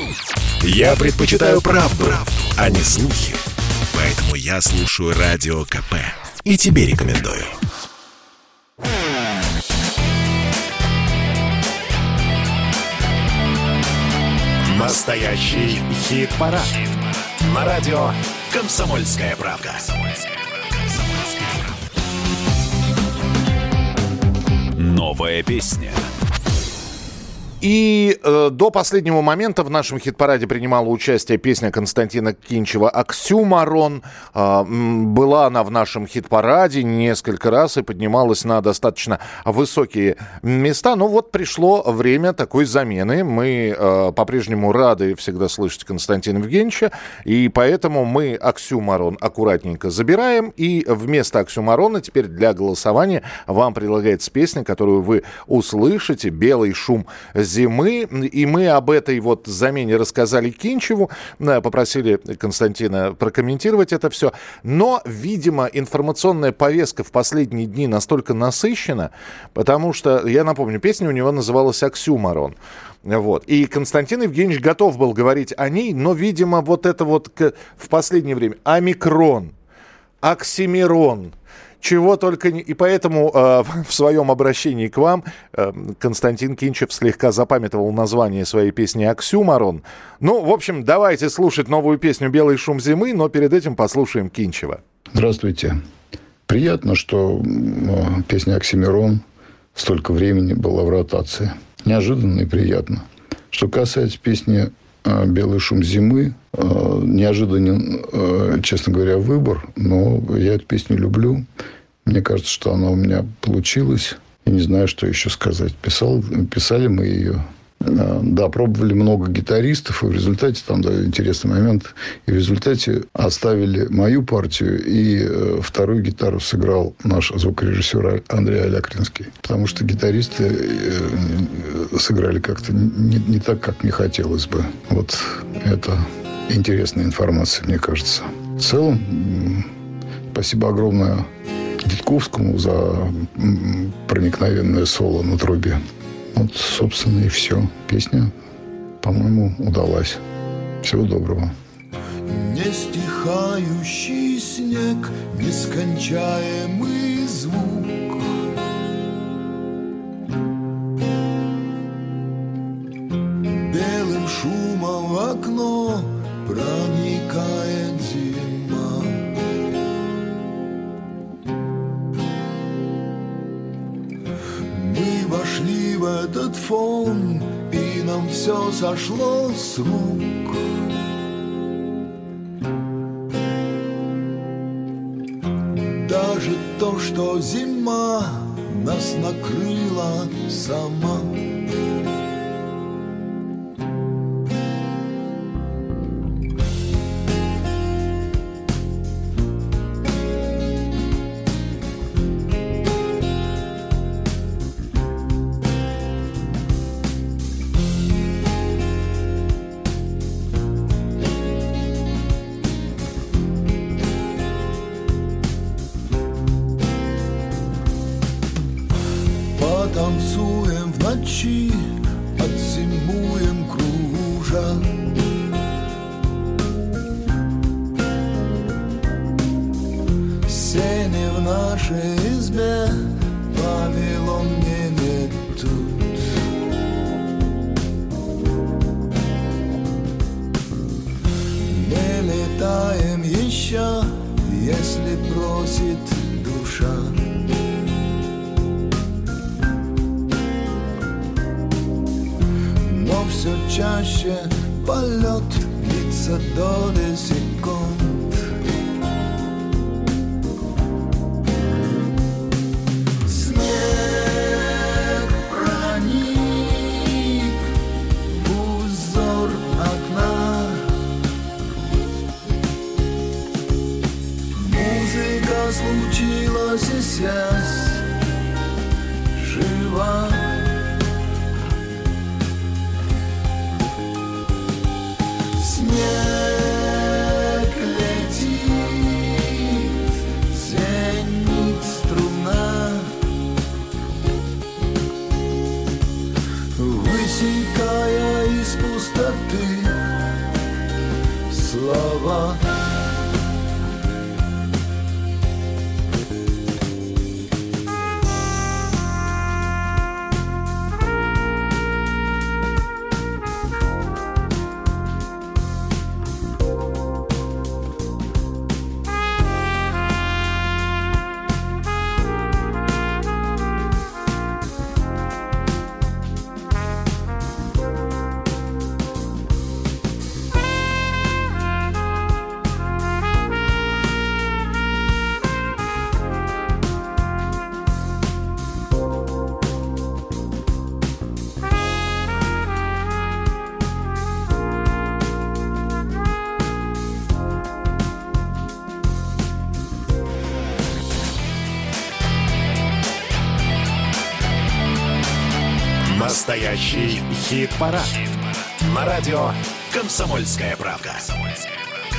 Я предпочитаю правду, а не слухи. Поэтому я слушаю Радио КП. И тебе рекомендую. Настоящий хит-парад. На радио «Комсомольская правда». Новая песня. И до последнего момента в нашем хит-параде принимала участие песня Константина Кинчева «Оксюмарон». Была она в нашем хит-параде несколько раз и поднималась на достаточно высокие места. Но вот пришло время такой замены. Мы по-прежнему рады всегда слышать Константина Евгеньевича. И поэтому мы «Оксюмарон» аккуратненько забираем. И вместо «Оксюмарона» теперь для голосования вам предлагается песня, которую вы услышите. «Белый шум зимы». И мы об этой вот замене рассказали Кинчеву, попросили Константина прокомментировать это все. Но, видимо, информационная повестка в последние дни настолько насыщена, потому что, я напомню, песня у него называлась «Оксюмарон». Вот. И Константин Евгеньевич готов был говорить о ней, но, видимо, вот это вот в последнее время омикрон, оксимирон, чего только не... И поэтому в своем обращении к вам Константин Кинчев слегка запамятовал название своей песни «Оксюмарон». Ну, в общем, давайте слушать новую песню «Белый шум зимы», но перед этим послушаем Кинчева. Здравствуйте. Приятно, что песня «Оксимирон» столько времени была в ротации. Неожиданно и приятно. Что касается песни «Белый шум зимы», неожиданен, честно говоря, выбор, но я эту песню люблю. Мне кажется, что она у меня получилась. Я не знаю, что еще сказать. Писали мы ее. Да, пробовали много гитаристов, и в результате, там, да, интересный момент, и в результате оставили мою партию, и вторую гитару сыграл наш звукорежиссер Андрей Алякринский. Потому что гитаристы сыграли как-то не так, как мне хотелось бы. Вот это интересная информация, мне кажется. В целом, спасибо огромное Дедковскому за проникновенное соло на трубе. Вот, собственно, и все. Песня, по-моему, удалась. Всего доброго. Не стихающий снег, нескончаемый звук. Белым шумом в окно проникает зима. Мы вошли в этот фон, и нам все сошло с рук. Даже то, что зима нас накрыла сама. Танцуем в ночи, отзимуем кружа. Сени в нашей избе, Вавилон не метут. Не летаем еще, если просит душа. Все чаще полет длится доли секунд. Снег проник в узор окна. Музыка случилась, и связь жива. Снег летит, звенит струна, высекая из пустоты слова. Настоящий хит-парад. На радио «Комсомольская правда».